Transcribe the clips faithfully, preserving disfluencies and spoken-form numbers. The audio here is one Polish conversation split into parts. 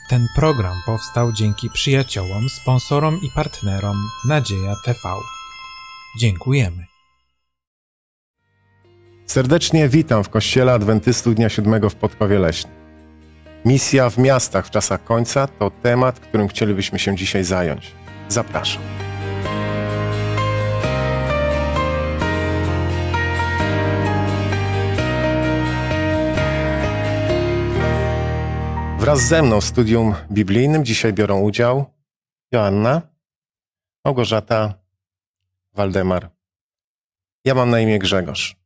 Ten program powstał dzięki przyjaciołom, sponsorom i partnerom Nadzieja T V. Dziękujemy. Serdecznie witam w Kościele Adwentystów Dnia Siódmego w Podkowie Leśnej. Misja w miastach w czasach końca to temat, którym chcielibyśmy się dzisiaj zająć. Zapraszam. Wraz ze mną w studium biblijnym dzisiaj biorą udział Joanna, Małgorzata, Waldemar. Ja mam na imię Grzegorz.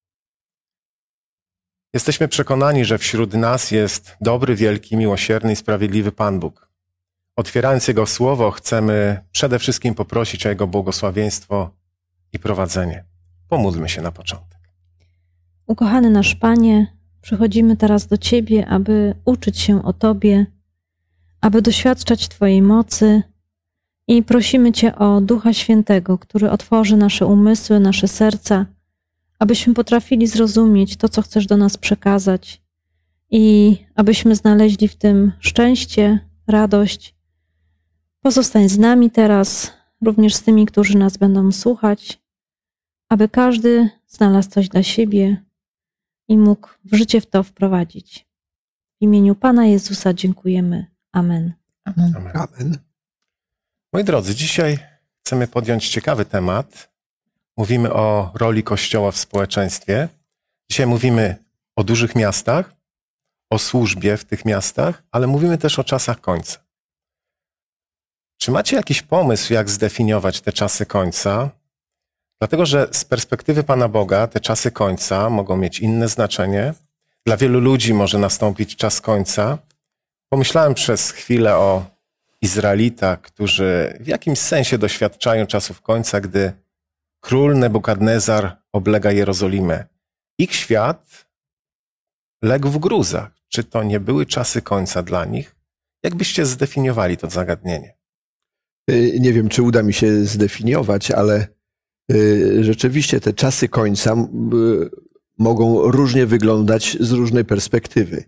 Jesteśmy przekonani, że wśród nas jest dobry, wielki, miłosierny i sprawiedliwy Pan Bóg. Otwierając Jego Słowo, chcemy przede wszystkim poprosić o Jego błogosławieństwo i prowadzenie. Pomódlmy się na początek. Ukochany nasz Panie, przychodzimy teraz do Ciebie, aby uczyć się o Tobie, aby doświadczać Twojej mocy i prosimy Cię o Ducha Świętego, który otworzy nasze umysły, nasze serca, abyśmy potrafili zrozumieć to, co chcesz do nas przekazać i abyśmy znaleźli w tym szczęście, radość. Pozostań z nami teraz, również z tymi, którzy nas będą słuchać, aby każdy znalazł coś dla siebie i mógł w życie w to wprowadzić. W imieniu Pana Jezusa dziękujemy. Amen. Amen. Amen. Moi drodzy, dzisiaj chcemy podjąć ciekawy temat. Mówimy o roli Kościoła w społeczeństwie. Dzisiaj mówimy o dużych miastach, o służbie w tych miastach, ale mówimy też o czasach końca. Czy macie jakiś pomysł, jak zdefiniować te czasy końca? Dlatego, że z perspektywy Pana Boga te czasy końca mogą mieć inne znaczenie. Dla wielu ludzi może nastąpić czas końca. Pomyślałem przez chwilę o Izraelitach, którzy w jakimś sensie doświadczają czasów końca, gdy król Nebukadnezar oblega Jerozolimę. Ich świat legł w gruzach. Czy to nie były czasy końca dla nich? Jak byście zdefiniowali to zagadnienie? Nie wiem, czy uda mi się zdefiniować, ale rzeczywiście te czasy końca mogą różnie wyglądać z różnej perspektywy.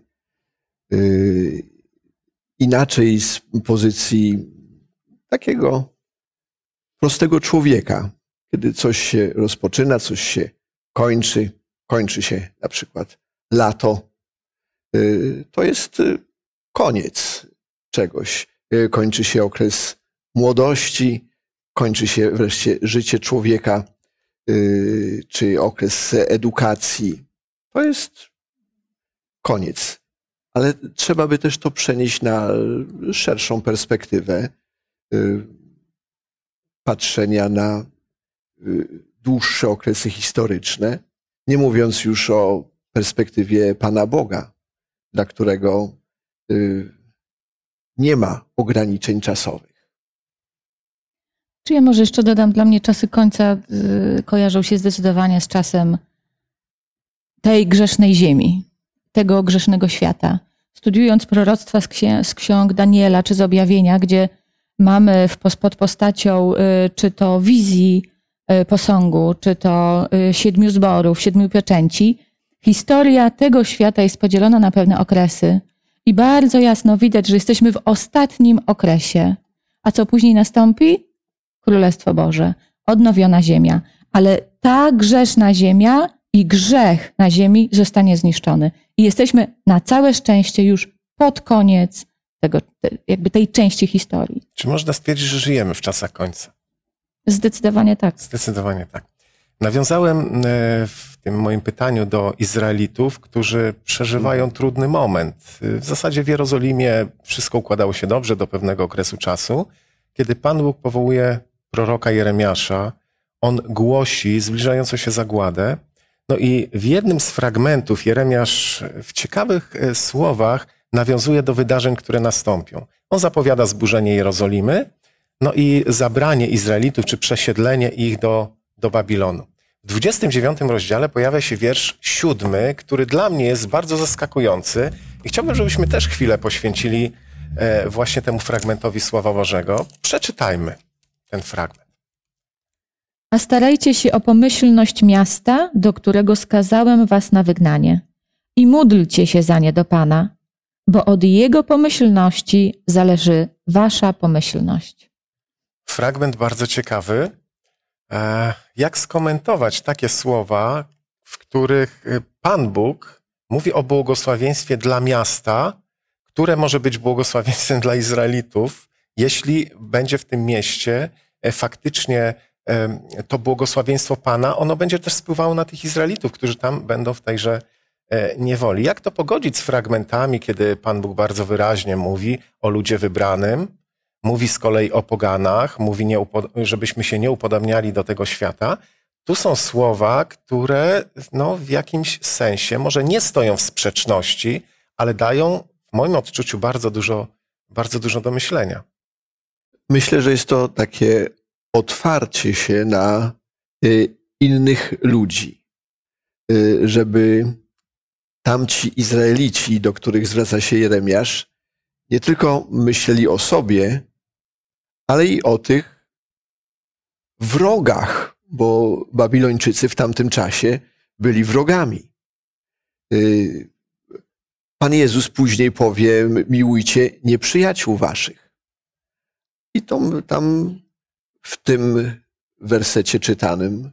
Inaczej z pozycji takiego prostego człowieka. Kiedy coś się rozpoczyna, coś się kończy, kończy się na przykład lato, to jest koniec czegoś. Kończy się okres młodości, kończy się wreszcie życie człowieka, czy okres edukacji. To jest koniec. Ale trzeba by też to przenieść na szerszą perspektywę patrzenia na dłuższe okresy historyczne, nie mówiąc już o perspektywie Pana Boga, dla którego nie ma ograniczeń czasowych. Czy ja może jeszcze dodam, dla mnie czasy końca kojarzą się zdecydowanie z czasem tej grzesznej ziemi, tego grzesznego świata. Studiując proroctwa z, księ- z ksiąg Daniela czy z objawienia, gdzie mamy w, pod postacią czy to wizji posągu, czy to siedmiu zborów, siedmiu pieczęci, historia tego świata jest podzielona na pewne okresy i bardzo jasno widać, że jesteśmy w ostatnim okresie. A co później nastąpi? Królestwo Boże, odnowiona ziemia. Ale ta grzeszna ziemia i grzech na ziemi zostanie zniszczony. I jesteśmy na całe szczęście już pod koniec tego, jakby tej części historii. Czy można stwierdzić, że żyjemy w czasach końca? Zdecydowanie tak. Zdecydowanie tak. Nawiązałem w tym moim pytaniu do Izraelitów, którzy przeżywają trudny moment. W zasadzie w Jerozolimie wszystko układało się dobrze do pewnego okresu czasu, kiedy Pan Bóg powołuje proroka Jeremiasza. On głosi zbliżającą się zagładę. No i w jednym z fragmentów Jeremiasz w ciekawych słowach nawiązuje do wydarzeń, które nastąpią. On zapowiada zburzenie Jerozolimy, no i zabranie Izraelitów, czy przesiedlenie ich do, do Babilonu. W dwudziestym dziewiątym rozdziale pojawia się wiersz siódmy, który dla mnie jest bardzo zaskakujący i chciałbym, żebyśmy też chwilę poświęcili właśnie temu fragmentowi Słowa Bożego. Przeczytajmy ten fragment. A starajcie się o pomyślność miasta, do którego skazałem was na wygnanie. I módlcie się za nie do Pana. bo od Jego pomyślności zależy wasza pomyślność. Fragment bardzo ciekawy. E, Jak skomentować takie słowa, w których Pan Bóg mówi o błogosławieństwie dla miasta, które może być błogosławieństwem dla Izraelitów, jeśli będzie w tym mieście e, faktycznie e, to błogosławieństwo Pana, ono będzie też spływało na tych Izraelitów, którzy tam będą w tejże e, niewoli. Jak to pogodzić z fragmentami, kiedy Pan Bóg bardzo wyraźnie mówi o ludzie wybranym, mówi z kolei o poganach, mówi, nie upo- żebyśmy się nie upodabniali do tego świata. Tu są słowa, które no, w jakimś sensie może nie stoją w sprzeczności, ale dają w moim odczuciu bardzo dużo, bardzo dużo do myślenia. Myślę, że jest to takie otwarcie się na y, innych ludzi, y, żeby tamci Izraelici, do których zwraca się Jeremiasz, nie tylko myśleli o sobie, ale i o tych wrogach, bo Babilończycy w tamtym czasie byli wrogami. Y, Pan Jezus później powie, miłujcie nieprzyjaciół waszych. I to tam w tym wersecie czytanym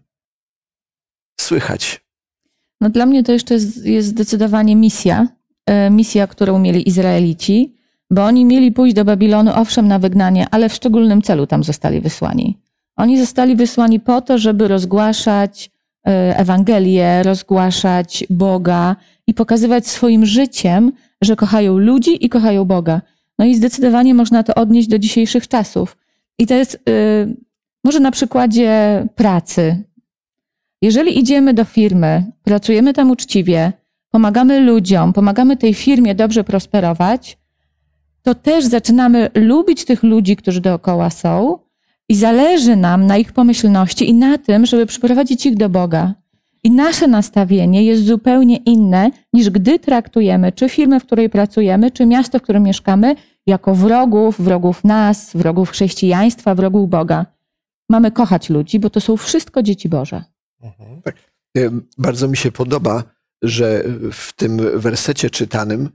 słychać. No dla mnie to jeszcze jest, jest zdecydowanie misja, e, misja, którą mieli Izraelici, bo oni mieli pójść do Babilonu, owszem, na wygnanie, ale w szczególnym celu tam zostali wysłani. Oni zostali wysłani po to, żeby rozgłaszać e, Ewangelię, rozgłaszać Boga i pokazywać swoim życiem, że kochają ludzi i kochają Boga. No i zdecydowanie można to odnieść do dzisiejszych czasów. I to jest y, może na przykładzie pracy. Jeżeli idziemy do firmy, pracujemy tam uczciwie, pomagamy ludziom, pomagamy tej firmie dobrze prosperować, to też zaczynamy lubić tych ludzi, którzy dookoła są i zależy nam na ich pomyślności i na tym, żeby przyprowadzić ich do Boga. I nasze nastawienie jest zupełnie inne, niż gdy traktujemy czy firmę, w której pracujemy, czy miasto, w którym mieszkamy, jako wrogów, wrogów nas, wrogów chrześcijaństwa, wrogów Boga. Mamy kochać ludzi, bo to są wszystko dzieci Boże. Mhm. Tak. Bardzo mi się podoba, że w tym wersecie czytanym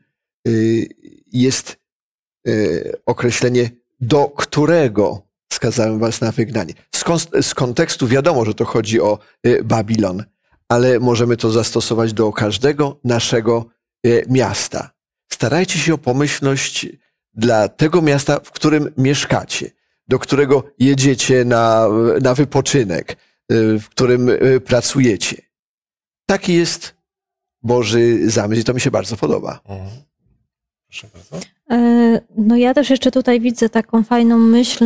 jest określenie, do którego skazałem was na wygnanie. Z kontekstu wiadomo, że to chodzi o Babilon, ale możemy to zastosować do każdego naszego miasta. Starajcie się o pomyślność dla tego miasta, w którym mieszkacie, do którego jedziecie na, na wypoczynek, w którym pracujecie. Taki jest Boży zamysł i to mi się bardzo podoba. Mhm. Proszę bardzo. No ja też jeszcze tutaj widzę taką fajną myśl,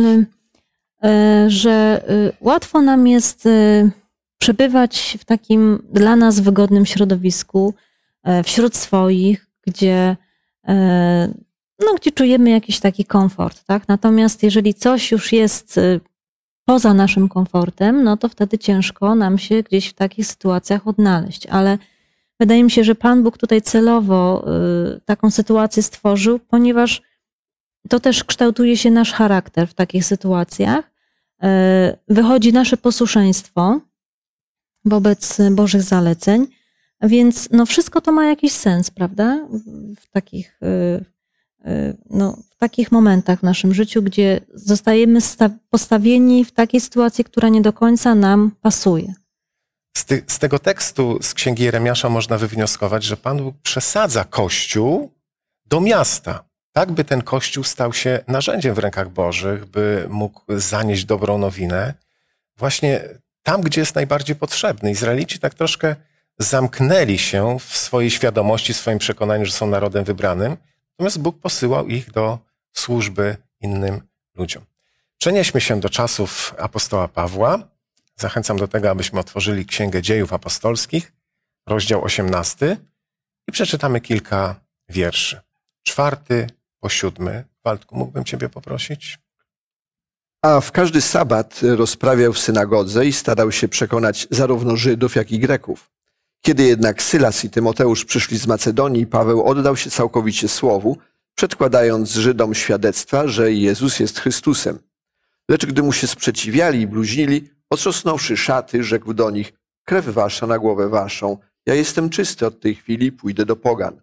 że łatwo nam jest przebywać w takim dla nas wygodnym środowisku, wśród swoich, gdzie, no, gdzie czujemy jakiś taki komfort, tak? Natomiast jeżeli coś już jest poza naszym komfortem, no to wtedy ciężko nam się gdzieś w takich sytuacjach odnaleźć. Ale wydaje mi się, że Pan Bóg tutaj celowo taką sytuację stworzył, ponieważ to też kształtuje się nasz charakter w takich sytuacjach. Wychodzi nasze posłuszeństwo wobec Bożych zaleceń, więc no wszystko to ma jakiś sens, prawda? W takich, no, w takich momentach w naszym życiu, gdzie zostajemy postawieni w takiej sytuacji, która nie do końca nam pasuje. Z, ty, z tego tekstu z Księgi Jeremiasza można wywnioskować, że Pan Bóg przesadza Kościół do miasta, tak by ten Kościół stał się narzędziem w rękach Bożych, by mógł zanieść dobrą nowinę właśnie tam, gdzie jest najbardziej potrzebny. Izraelici tak troszkę zamknęli się w swojej świadomości, w swoim przekonaniu, że są narodem wybranym, natomiast Bóg posyłał ich do służby innym ludziom. Przenieśmy się do czasów apostoła Pawła. Zachęcam do tego, abyśmy otworzyli Księgę Dziejów Apostolskich, rozdział osiemnasty i przeczytamy kilka wierszy. Czwarty po siódmy. Waldku, mógłbym Ciebie poprosić? A w każdy sabat rozprawiał w synagodze i starał się przekonać zarówno Żydów, jak i Greków. Kiedy jednak Sylas i Tymoteusz przyszli z Macedonii, Paweł oddał się całkowicie słowu, przedkładając Żydom świadectwa, że Jezus jest Chrystusem. Lecz gdy mu się sprzeciwiali i bluźnili, otrząsnąwszy szaty, rzekł do nich: krew wasza na głowę waszą, ja jestem czysty od tej chwili, pójdę do pogan.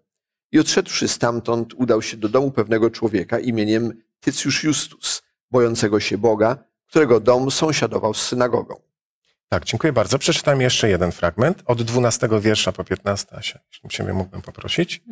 I odszedłszy stamtąd, udał się do domu pewnego człowieka imieniem Tycjusz Justus, bojącego się Boga, którego dom sąsiadował z synagogą. Tak, dziękuję bardzo. Przeczytam jeszcze jeden fragment, od dwunastego wiersza po piętnasty, Asia, jeśli Ciebie mógłbym poprosić.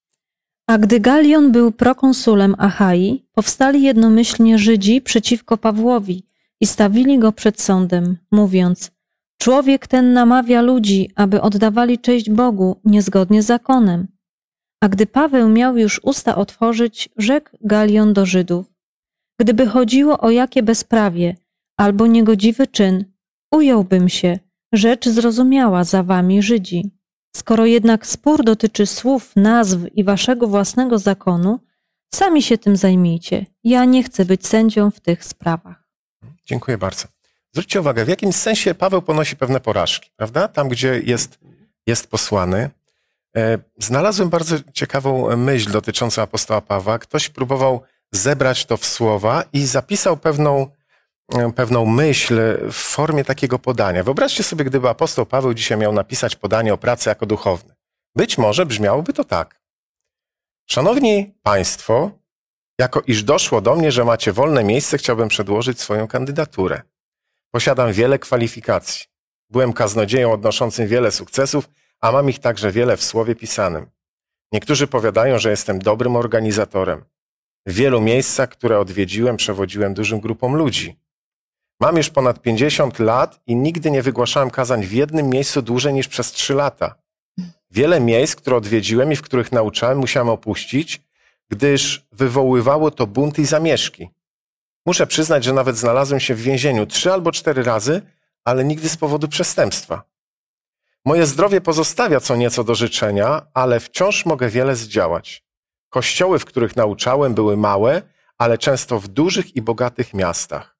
A gdy Galion był prokonsulem Achai, powstali jednomyślnie Żydzi przeciwko Pawłowi i stawili go przed sądem, mówiąc: człowiek ten namawia ludzi, aby oddawali cześć Bogu niezgodnie z zakonem. A gdy Paweł miał już usta otworzyć, rzekł Galion do Żydów: gdyby chodziło o jakie bezprawie albo niegodziwy czyn, ująłbym się, rzecz zrozumiała za wami Żydzi. Skoro jednak spór dotyczy słów, nazw i waszego własnego zakonu, sami się tym zajmijcie. Ja nie chcę być sędzią w tych sprawach. Dziękuję bardzo. Zwróćcie uwagę, w jakimś sensie Paweł ponosi pewne porażki, prawda? Tam, gdzie jest, jest posłany. Znalazłem bardzo ciekawą myśl dotyczącą apostoła Pawła. Ktoś próbował zebrać to w słowa i zapisał pewną, pewną myśl w formie takiego podania. Wyobraźcie sobie, gdyby apostoł Paweł dzisiaj miał napisać podanie o pracy jako duchowny. Być może brzmiałoby to tak. Szanowni Państwo, jako iż doszło do mnie, że macie wolne miejsce, chciałbym przedłożyć swoją kandydaturę. Posiadam wiele kwalifikacji. Byłem kaznodzieją odnoszącym wiele sukcesów, a mam ich także wiele w słowie pisanym. Niektórzy powiadają, że jestem dobrym organizatorem. W wielu miejscach, które odwiedziłem, przewodziłem dużym grupom ludzi. Mam już ponad pięćdziesiąt lat i nigdy nie wygłaszałem kazań w jednym miejscu dłużej niż przez trzy lata. Wiele miejsc, które odwiedziłem i w których nauczałem, musiałem opuścić, gdyż wywoływało to bunty i zamieszki. Muszę przyznać, że nawet znalazłem się w więzieniu trzy albo cztery razy, ale nigdy z powodu przestępstwa. Moje zdrowie pozostawia co nieco do życzenia, ale wciąż mogę wiele zdziałać. Kościoły, w których nauczałem, były małe, ale często w dużych i bogatych miastach.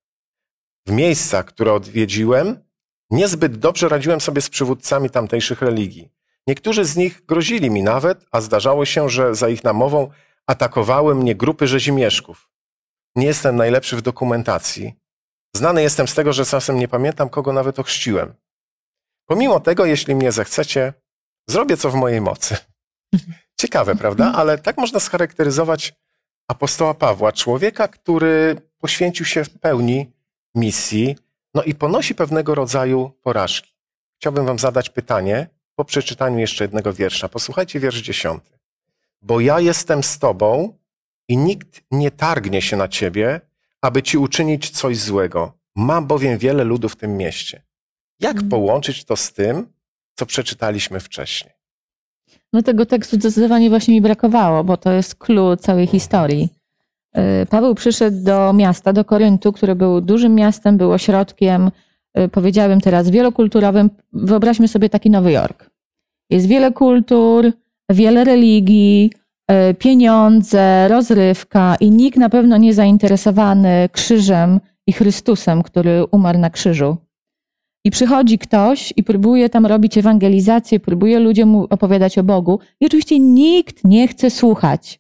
W miejscach, które odwiedziłem, niezbyt dobrze radziłem sobie z przywódcami tamtejszych religii. Niektórzy z nich grozili mi nawet, a zdarzało się, że za ich namową atakowały mnie grupy rzezimieszków. Nie jestem najlepszy w dokumentacji. Znany jestem z tego, że czasem nie pamiętam, kogo nawet ochrzciłem. Pomimo tego, jeśli mnie zechcecie, zrobię co w mojej mocy. Ciekawe, prawda? Ale tak można scharakteryzować apostoła Pawła, człowieka, który poświęcił się w pełni misji, no i ponosi pewnego rodzaju porażki. Chciałbym wam zadać pytanie po przeczytaniu jeszcze jednego wiersza. Posłuchajcie wiersz dziesiąty. Bo ja jestem z tobą i nikt nie targnie się na ciebie, aby ci uczynić coś złego. Mam bowiem wiele ludu w tym mieście. Jak połączyć to z tym, co przeczytaliśmy wcześniej? No tego tekstu zdecydowanie właśnie mi brakowało, bo to jest clue całej historii. Paweł przyszedł do miasta, do Koryntu, które był dużym miastem, był ośrodkiem, powiedziałem teraz, wielokulturowym. Wyobraźmy sobie taki Nowy Jork. Jest wiele kultur, wiele religii, pieniądze, rozrywka i nikt na pewno nie zainteresowany krzyżem i Chrystusem, który umarł na krzyżu. I przychodzi ktoś i próbuje tam robić ewangelizację, próbuje ludziom opowiadać o Bogu i oczywiście nikt nie chce słuchać.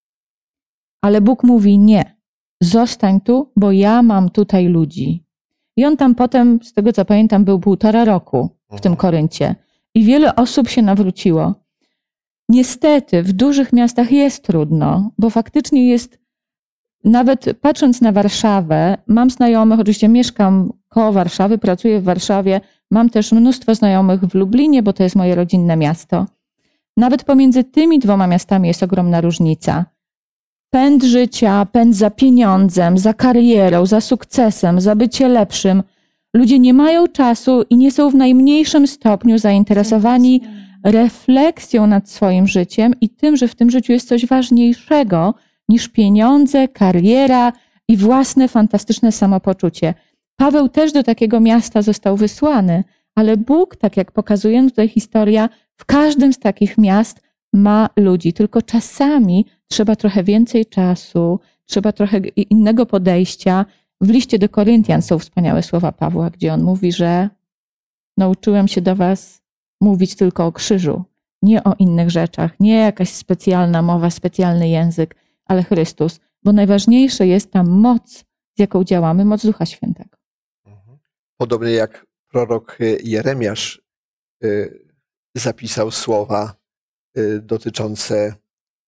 Ale Bóg mówi nie, zostań tu, bo ja mam tutaj ludzi. I on tam potem, z tego co pamiętam, był półtora roku w tym Koryncie i wiele osób się nawróciło. Niestety w dużych miastach jest trudno, bo faktycznie jest, nawet patrząc na Warszawę, mam znajomych, oczywiście mieszkam koło Warszawy, pracuję w Warszawie, mam też mnóstwo znajomych w Lublinie, bo to jest moje rodzinne miasto. Nawet pomiędzy tymi dwoma miastami jest ogromna różnica. Pęd życia, pęd za pieniądzem, za karierą, za sukcesem, za bycie lepszym. Ludzie nie mają czasu i nie są w najmniejszym stopniu zainteresowani refleksją nad swoim życiem i tym, że w tym życiu jest coś ważniejszego niż pieniądze, kariera i własne fantastyczne samopoczucie. Paweł też do takiego miasta został wysłany, ale Bóg, tak jak pokazuje tutaj historia, w każdym z takich miast ma ludzi, tylko czasami trzeba trochę więcej czasu, trzeba trochę innego podejścia. W liście do Koryntian są wspaniałe słowa Pawła, gdzie on mówi, że nauczyłem się do was mówić tylko o krzyżu, nie o innych rzeczach, nie jakaś specjalna mowa, specjalny język, ale Chrystus, bo najważniejsze jest ta moc, z jaką działamy, moc Ducha Świętego. Podobnie jak prorok Jeremiasz zapisał słowa dotyczące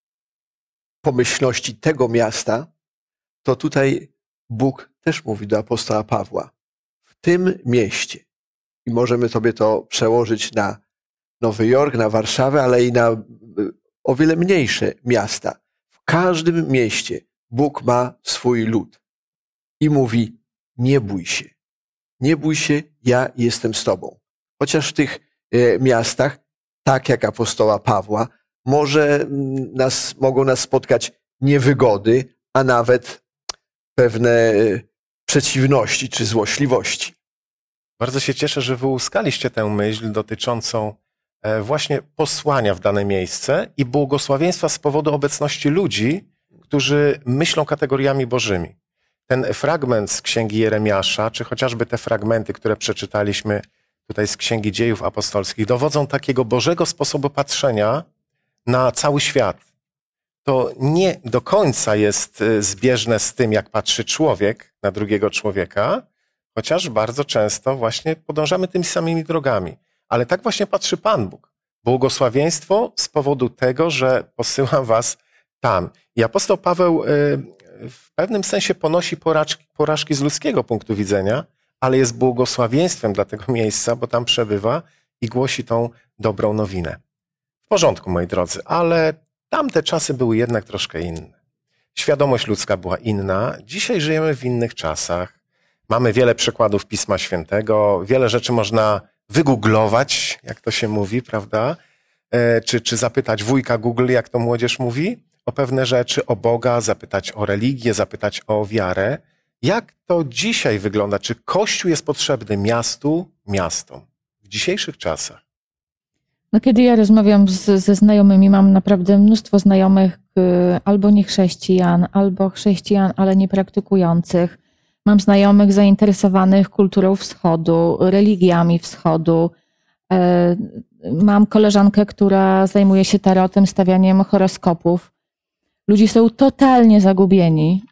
pomyślności tego miasta, to tutaj Bóg też mówi do apostoła Pawła. W tym mieście. I możemy sobie to przełożyć na Nowy Jork, na Warszawę, ale i na o wiele mniejsze miasta. W każdym mieście Bóg ma swój lud. I mówi, nie bój się. Nie bój się, ja jestem z tobą. Chociaż w tych miastach, tak jak apostoła Pawła, może nas, mogą nas spotkać niewygody, a nawet pewne przeciwności czy złośliwości. Bardzo się cieszę, że wyłuskaliście tę myśl dotyczącą właśnie posłania w dane miejsce i błogosławieństwa z powodu obecności ludzi, którzy myślą kategoriami bożymi. Ten fragment z Księgi Jeremiasza, czy chociażby te fragmenty, które przeczytaliśmy tutaj z Księgi Dziejów Apostolskich, dowodzą takiego Bożego sposobu patrzenia na cały świat. To nie do końca jest zbieżne z tym, jak patrzy człowiek na drugiego człowieka, chociaż bardzo często właśnie podążamy tymi samymi drogami. Ale tak właśnie patrzy Pan Bóg. Błogosławieństwo z powodu tego, że posyłam was tam. I apostoł Paweł w pewnym sensie ponosi porażki, porażki z ludzkiego punktu widzenia, ale jest błogosławieństwem dla tego miejsca, bo tam przebywa i głosi tą dobrą nowinę. W porządku, moi drodzy, ale tamte czasy były jednak troszkę inne. Świadomość ludzka była inna. Dzisiaj żyjemy w innych czasach. Mamy wiele przykładów Pisma Świętego. Wiele rzeczy można wygooglować, jak to się mówi, prawda? E, czy, czy zapytać wujka Google, jak to młodzież mówi, o pewne rzeczy, o Boga, zapytać o religię, zapytać o wiarę. Jak to dzisiaj wygląda? Czy Kościół jest potrzebny miastu, miastom w dzisiejszych czasach? No, kiedy ja rozmawiam z, ze znajomymi, mam naprawdę mnóstwo znajomych y, albo niechrześcijan, albo chrześcijan, ale niepraktykujących. Mam znajomych zainteresowanych kulturą wschodu, religiami wschodu. Y, mam koleżankę, która zajmuje się tarotem, stawianiem horoskopów. Ludzie są totalnie zagubieni.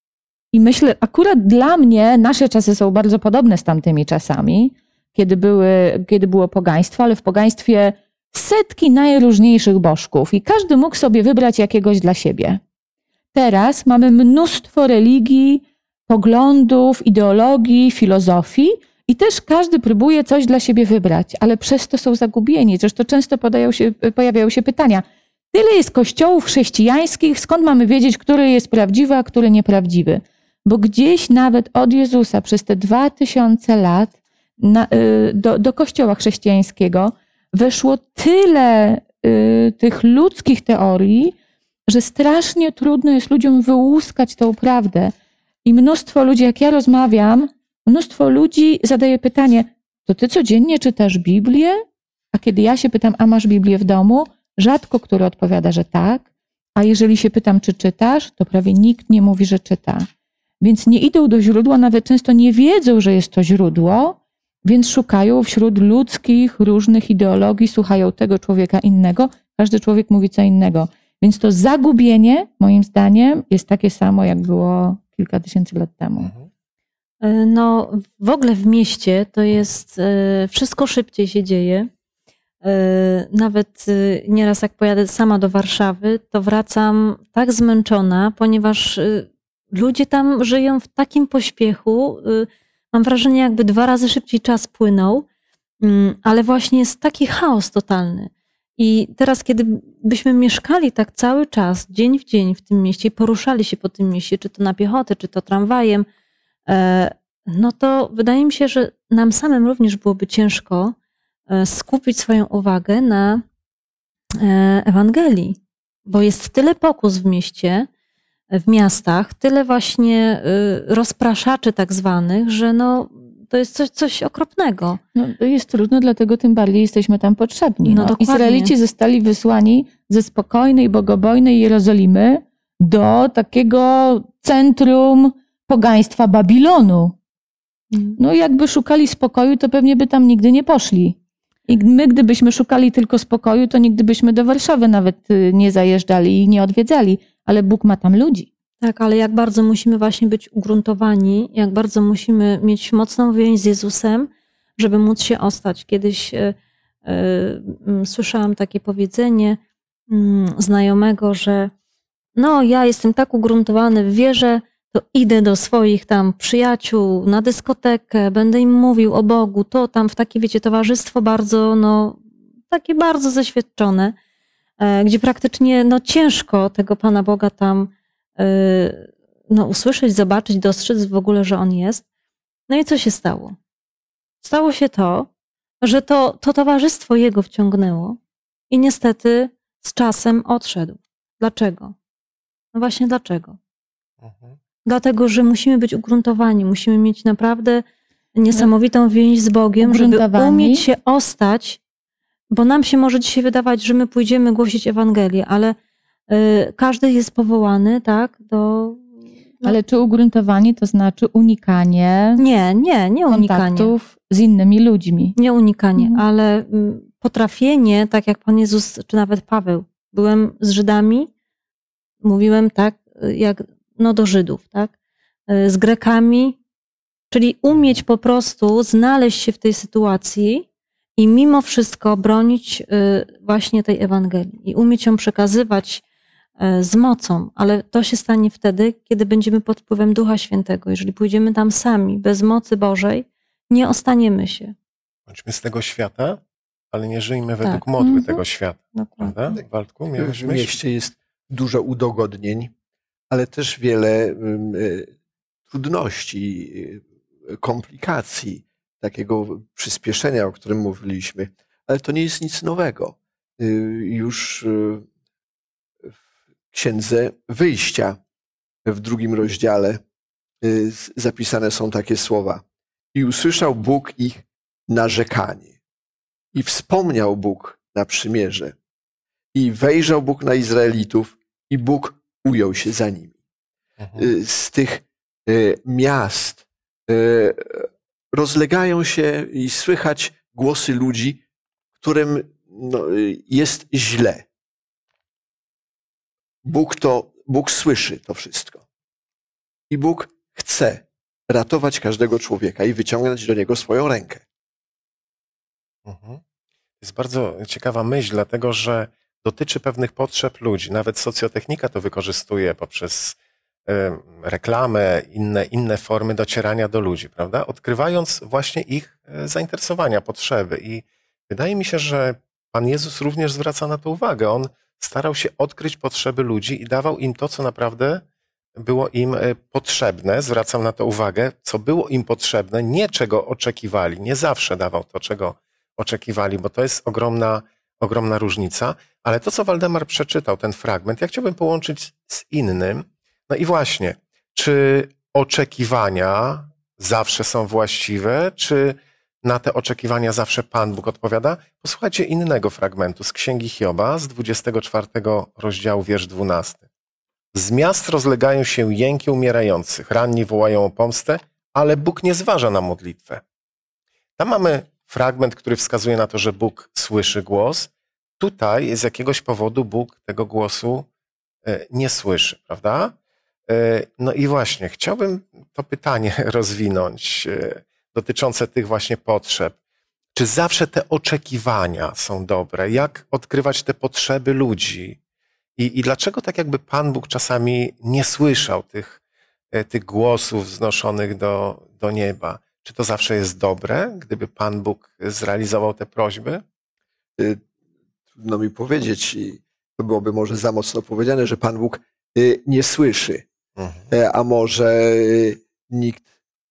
I myślę, akurat dla mnie nasze czasy są bardzo podobne z tamtymi czasami, kiedy, były, kiedy było pogaństwo, ale w pogaństwie setki najróżniejszych bożków i każdy mógł sobie wybrać jakiegoś dla siebie. Teraz mamy mnóstwo religii, poglądów, ideologii, filozofii i też każdy próbuje coś dla siebie wybrać, ale przez to są zagubieni. Zresztą często podają się, pojawiają się pytania, tyle jest kościołów chrześcijańskich, skąd mamy wiedzieć, który jest prawdziwy, a który nieprawdziwy? Bo gdzieś nawet od Jezusa przez te dwa tysiące lat na, do, do kościoła chrześcijańskiego weszło tyle y, tych ludzkich teorii, że strasznie trudno jest ludziom wyłuskać tą prawdę. I mnóstwo ludzi, jak ja rozmawiam, mnóstwo ludzi zadaje pytanie, to ty codziennie czytasz Biblię? A kiedy ja się pytam, a masz Biblię w domu? Rzadko który odpowiada, że tak. A jeżeli się pytam, czy czytasz, to prawie nikt nie mówi, że czyta. Więc nie idą do źródła, nawet często nie wiedzą, że jest to źródło, więc szukają wśród ludzkich różnych ideologii, słuchają tego człowieka innego. Każdy człowiek mówi co innego. Więc to zagubienie, moim zdaniem, jest takie samo, jak było kilka tysięcy lat temu. No, w ogóle w mieście to jest, wszystko szybciej się dzieje. Nawet nieraz jak pojadę sama do Warszawy, to wracam tak zmęczona, ponieważ ludzie tam żyją w takim pośpiechu. Mam wrażenie, jakby dwa razy szybciej czas płynął, ale właśnie jest taki chaos totalny. I teraz, kiedy byśmy mieszkali tak cały czas, dzień w dzień w tym mieście i poruszali się po tym mieście, czy to na piechotę, czy to tramwajem, no to wydaje mi się, że nam samym również byłoby ciężko skupić swoją uwagę na Ewangelii, bo jest tyle pokus w mieście, w miastach, tyle właśnie rozpraszaczy tak zwanych, że no, to jest coś, coś okropnego. No, to jest trudno, dlatego tym bardziej jesteśmy tam potrzebni. No, No, dokładnie. Izraelici zostali wysłani ze spokojnej, bogobojnej Jerozolimy do takiego centrum pogaństwa Babilonu. No jakby szukali spokoju, to pewnie by tam nigdy nie poszli. I my, gdybyśmy szukali tylko spokoju, to nigdy byśmy do Warszawy nawet nie zajeżdżali i nie odwiedzali. Ale Bóg ma tam ludzi. Tak, ale jak bardzo musimy właśnie być ugruntowani, jak bardzo musimy mieć mocną więź z Jezusem, żeby móc się ostać. Kiedyś y, y, słyszałam takie powiedzenie y, znajomego, że no ja jestem tak ugruntowany w wierze, to idę do swoich tam przyjaciół na dyskotekę, będę im mówił o Bogu, to tam w takie, wiecie, towarzystwo bardzo, no, takie bardzo zaświadczone, gdzie praktycznie, no, ciężko tego Pana Boga tam, no, usłyszeć, zobaczyć, dostrzec w ogóle, że On jest. No i co się stało? Stało się to, że to, to towarzystwo Jego wciągnęło i niestety z czasem odszedł. Dlaczego? No właśnie dlaczego? Mhm. Dlatego, że musimy być ugruntowani, musimy mieć naprawdę niesamowitą więź z Bogiem, żeby Ugruntowani. umieć się ostać, bo nam się może dzisiaj wydawać, że my pójdziemy głosić Ewangelię, ale y, każdy jest powołany, tak, do... No, Ale czy ugruntowani to znaczy unikanie nie, nie, nie unikanie. kontaktów z innymi ludźmi? Nie unikanie, Mhm. ale mm, potrafienie, tak jak Pan Jezus, czy nawet Paweł, byłem z Żydami, mówiłem tak, jak no do Żydów, tak, z Grekami, czyli umieć po prostu znaleźć się w tej sytuacji i mimo wszystko bronić właśnie tej Ewangelii i umieć ją przekazywać z mocą, ale to się stanie wtedy, kiedy będziemy pod wpływem Ducha Świętego. Jeżeli pójdziemy tam sami, bez mocy Bożej, nie ostaniemy się. Bądźmy z tego świata, ale nie żyjmy według Tak. modły Mhm. tego świata. Dokładnie. Prawda? Waldku, miałeś W myśl? mieście jest dużo udogodnień, ale też wiele ym, y, trudności, y, komplikacji, takiego przyspieszenia, o którym mówiliśmy. Ale to nie jest nic nowego. Y, Już y, w Księdze Wyjścia, w drugim rozdziale, y, z- zapisane są takie słowa. I usłyszał Bóg ich narzekanie. I wspomniał Bóg na przymierze. I wejrzał Bóg na Izraelitów i Bóg ujął się za nimi. Mhm. Y, Z tych y, miast y, rozlegają się i słychać głosy ludzi, którym no, y, jest źle. Bóg to, Bóg słyszy to wszystko. I Bóg chce ratować każdego człowieka i wyciągnąć do niego swoją rękę. Mhm. To jest bardzo ciekawa myśl, dlatego że dotyczy pewnych potrzeb ludzi. Nawet socjotechnika to wykorzystuje poprzez e, reklamę, inne, inne formy docierania do ludzi, prawda? Odkrywając właśnie ich e, zainteresowania, potrzeby. I wydaje mi się, że Pan Jezus również zwraca na to uwagę. On starał się odkryć potrzeby ludzi i dawał im to, co naprawdę było im e, potrzebne. Zwracam na to uwagę, co było im potrzebne, nie czego oczekiwali. Nie zawsze dawał to, czego oczekiwali, bo to jest ogromna, ogromna różnica. Ale to, co Waldemar przeczytał, ten fragment, ja chciałbym połączyć z innym. No i właśnie, czy oczekiwania zawsze są właściwe, czy na te oczekiwania zawsze Pan Bóg odpowiada? Posłuchajcie innego fragmentu z Księgi Hioba, z dwudziestego czwartego rozdziału, wiersz dwunasty. Z miast rozlegają się jęki umierających, ranni wołają o pomstę, ale Bóg nie zważa na modlitwę. Tam mamy fragment, który wskazuje na to, że Bóg słyszy głos. Tutaj z jakiegoś powodu Bóg tego głosu e, nie słyszy, prawda? E, No i właśnie, chciałbym to pytanie rozwinąć e, dotyczące tych właśnie potrzeb. Czy zawsze te oczekiwania są dobre? Jak odkrywać te potrzeby ludzi? I, i dlaczego tak jakby Pan Bóg czasami nie słyszał tych, e, tych głosów wznoszonych do, do nieba? Czy to zawsze jest dobre, gdyby Pan Bóg zrealizował te prośby? Y, Trudno mi powiedzieć, i to byłoby może za mocno powiedziane, że Pan Bóg y, nie słyszy. Mhm. E, A może y, nikt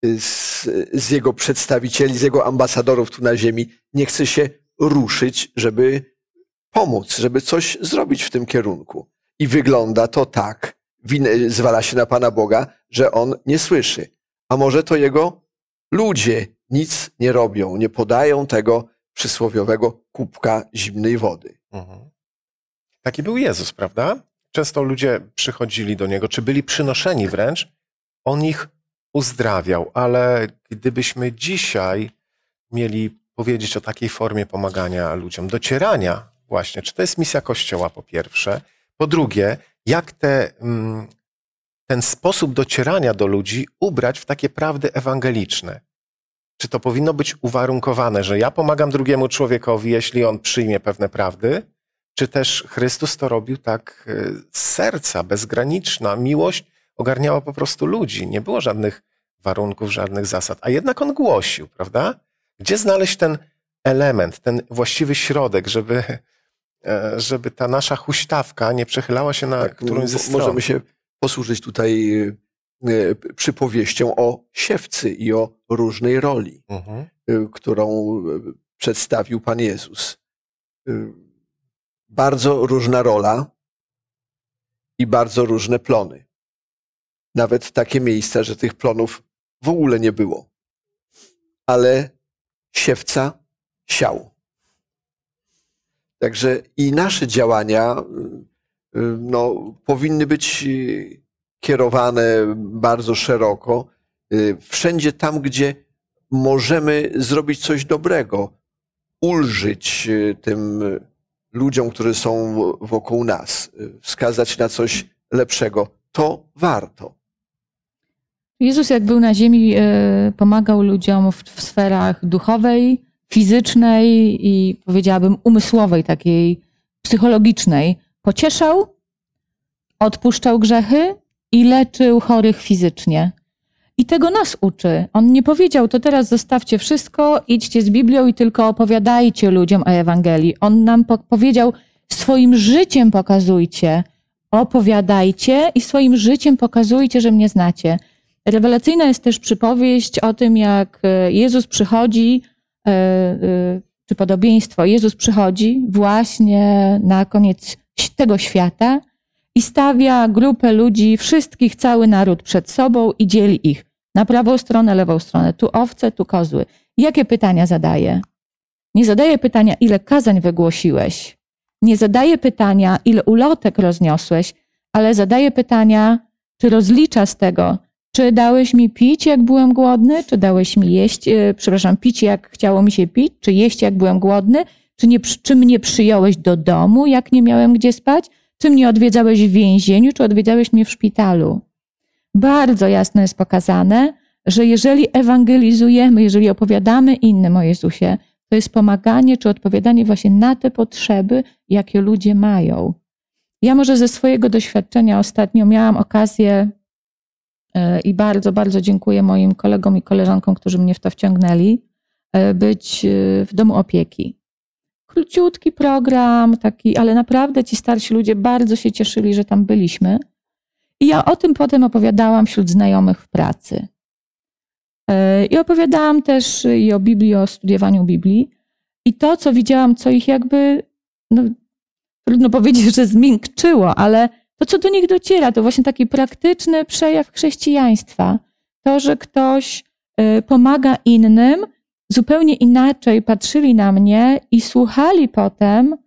z, z jego przedstawicieli, z jego ambasadorów tu na ziemi nie chce się ruszyć, żeby pomóc, żeby coś zrobić w tym kierunku. I wygląda to tak, winę zwala się na Pana Boga, że On nie słyszy. A może to Jego ludzie nic nie robią, nie podają tego przysłowiowego kubka zimnej wody. Mhm. Taki był Jezus, prawda? Często ludzie przychodzili do Niego, czy byli przynoszeni wręcz, On ich uzdrawiał, ale gdybyśmy dzisiaj mieli powiedzieć o takiej formie pomagania ludziom, docierania właśnie, czy to jest misja Kościoła po pierwsze, po drugie, jak te, mm, ten sposób docierania do ludzi ubrać w takie prawdy ewangeliczne. Czy to powinno być uwarunkowane, że ja pomagam drugiemu człowiekowi, jeśli on przyjmie pewne prawdy, czy też Chrystus to robił tak z serca, bezgraniczna miłość ogarniała po prostu ludzi. Nie było żadnych warunków, żadnych zasad, a jednak on głosił, prawda? Gdzie znaleźć ten element, ten właściwy środek, żeby, żeby ta nasza huśtawka nie przechylała się na Tak, którąś ze stron? możemy się posłużyć tutaj e, przypowieścią o siewcy i o różnej roli, Mhm. e, którą przedstawił Pan Jezus. E, Bardzo różna rola i bardzo różne plony. Nawet takie miejsca, że tych plonów w ogóle nie było. Ale siewca siał. Także i nasze działania no, powinny być kierowane bardzo szeroko, wszędzie tam, gdzie możemy zrobić coś dobrego, ulżyć tym ludziom, którzy są wokół nas, wskazać na coś lepszego. To warto. Jezus jak był na ziemi, pomagał ludziom w, w sferach duchowej, fizycznej i powiedziałabym umysłowej, takiej psychologicznej. Pocieszał, odpuszczał grzechy i leczył chorych fizycznie. I tego nas uczy. On nie powiedział, to teraz zostawcie wszystko, idźcie z Biblią i tylko opowiadajcie ludziom o Ewangelii. On nam po- powiedział, swoim życiem pokazujcie, opowiadajcie i swoim życiem pokazujcie, że mnie znacie. Rewelacyjna jest też przypowieść o tym, jak Jezus przychodzi, czy podobieństwo, Jezus przychodzi właśnie na koniec tego świata i stawia grupę ludzi, wszystkich, cały naród przed sobą i dzieli ich na prawą stronę, lewą stronę. Tu owce, tu kozły. Jakie pytania zadaje? Nie zadaje pytania, ile kazań wygłosiłeś. Nie zadaje pytania, ile ulotek rozniosłeś, ale zadaje pytania, czy rozlicza z tego, czy dałeś mi pić, jak byłem głodny, czy dałeś mi jeść, yy, przepraszam, pić, jak chciało mi się pić, czy jeść, jak byłem głodny, czy, nie, czy mnie przyjąłeś do domu, jak nie miałem gdzie spać, czy mnie odwiedzałeś w więzieniu, czy odwiedzałeś mnie w szpitalu. Bardzo jasno jest pokazane, że jeżeli ewangelizujemy, jeżeli opowiadamy innym o Jezusie, to jest pomaganie czy odpowiadanie właśnie na te potrzeby, jakie ludzie mają. Ja może ze swojego doświadczenia ostatnio miałam okazję i bardzo, bardzo dziękuję moim kolegom i koleżankom, którzy mnie w to wciągnęli, być w domu opieki. Króciutki program taki, ale naprawdę ci starsi ludzie bardzo się cieszyli, że tam byliśmy. I ja o tym potem opowiadałam wśród znajomych w pracy. I opowiadałam też i o Biblii, o studiowaniu Biblii. I to, co widziałam, co ich jakby, no, trudno powiedzieć, że zmiękczyło, ale to, co do nich dociera, to właśnie taki praktyczny przejaw chrześcijaństwa. To, że ktoś pomaga innym, zupełnie inaczej patrzyli na mnie i słuchali potem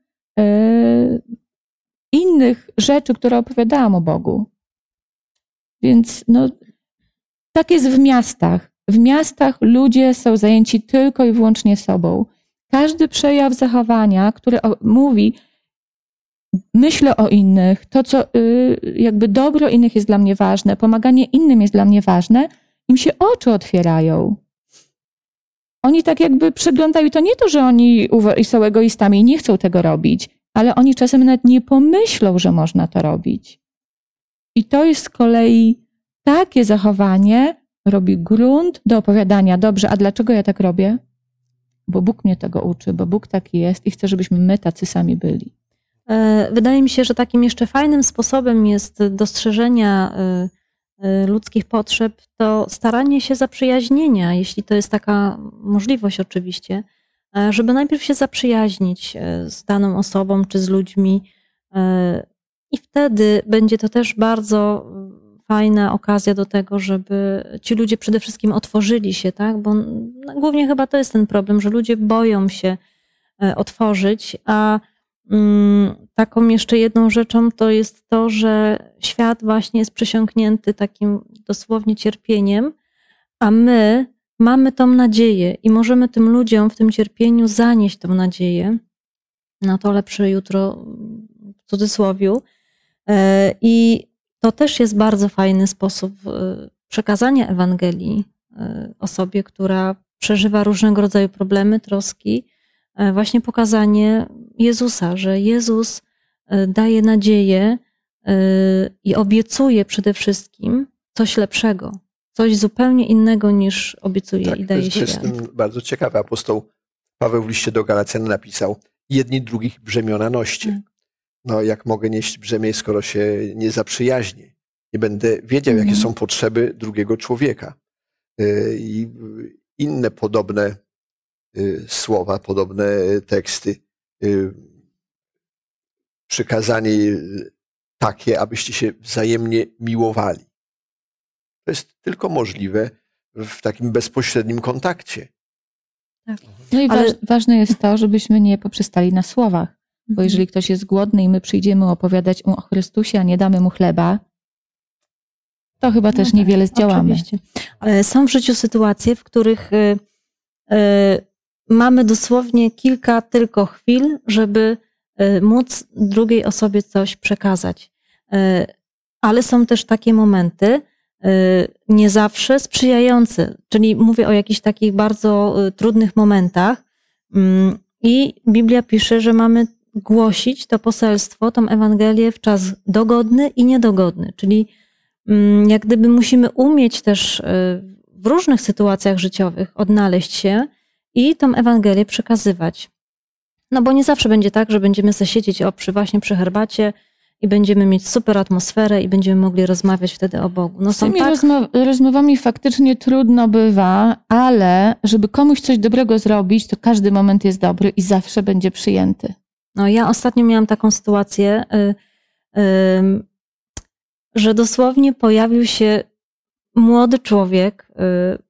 innych rzeczy, które opowiadałam o Bogu. Więc no, tak jest w miastach. W miastach ludzie są zajęci tylko i wyłącznie sobą. Każdy przejaw zachowania, który mówi, myślę o innych, to co jakby dobro innych jest dla mnie ważne, pomaganie innym jest dla mnie ważne, im się oczy otwierają. Oni tak jakby przeglądają, to nie to, że oni są egoistami i nie chcą tego robić, ale oni czasem nawet nie pomyślą, że można to robić. I to jest z kolei takie zachowanie robi grunt do opowiadania, dobrze, a dlaczego ja tak robię? Bo Bóg mnie tego uczy, bo Bóg taki jest i chce, żebyśmy my tacy sami byli. Wydaje mi się, że takim jeszcze fajnym sposobem jest dostrzeżenia ludzkich potrzeb to staranie się zaprzyjaźnienia, jeśli to jest taka możliwość oczywiście, żeby najpierw się zaprzyjaźnić z daną osobą czy z ludźmi i wtedy będzie to też bardzo fajna okazja do tego, żeby ci ludzie przede wszystkim otworzyli się, tak? Bo głównie chyba to jest ten problem, że ludzie boją się otworzyć, a taką jeszcze jedną rzeczą to jest to, że świat właśnie jest przesiąknięty takim dosłownie cierpieniem, a my mamy tą nadzieję i możemy tym ludziom w tym cierpieniu zanieść tą nadzieję na to lepsze jutro, w cudzysłowiu. I to też jest bardzo fajny sposób przekazania Ewangelii osobie, która przeżywa różnego rodzaju problemy, troski właśnie pokazanie Jezusa, że Jezus daje nadzieję i obiecuje przede wszystkim coś lepszego, coś zupełnie innego niż obiecuje Tak, i daje to jest, świat. to jest bardzo ciekawe. Apostoł Paweł w liście do Galacjan napisał: jedni drugich brzemiona noście. Tak. No jak mogę nieść brzemię, skoro się nie zaprzyjaźnię? Nie będę wiedział, jakie Mhm. są potrzeby drugiego człowieka. Y, I inne podobne y, słowa, podobne teksty. Y, Przykazanie takie, abyście się wzajemnie miłowali. To jest tylko możliwe w takim bezpośrednim kontakcie. No i Ale- waż, ważne jest to, żebyśmy nie poprzestali na słowach. Bo jeżeli ktoś jest głodny i my przyjdziemy opowiadać mu o Chrystusie, a nie damy mu chleba, to chyba też tak, niewiele zdziałamy. Oczywiście. Ale są w życiu sytuacje, w których y, y, mamy dosłownie kilka tylko chwil, żeby y, móc drugiej osobie coś przekazać. Y, ale są też takie momenty, y, nie zawsze sprzyjające, czyli mówię o jakichś takich bardzo y, trudnych momentach. Mm, I Biblia pisze, że mamy głosić to poselstwo, tą Ewangelię w czas dogodny i niedogodny, czyli mm, jak gdyby musimy umieć też y, w różnych sytuacjach życiowych odnaleźć się i tą Ewangelię przekazywać. No bo nie zawsze będzie tak, że będziemy sobie siedzieć o, przy, właśnie przy herbacie i będziemy mieć super atmosferę i będziemy mogli rozmawiać wtedy o Bogu. No Z są tymi tak... rozmo- rozmowami faktycznie trudno bywa, ale żeby komuś coś dobrego zrobić, to każdy moment jest dobry i zawsze będzie przyjęty. No ja ostatnio miałam taką sytuację, y, y, że dosłownie pojawił się młody człowiek y,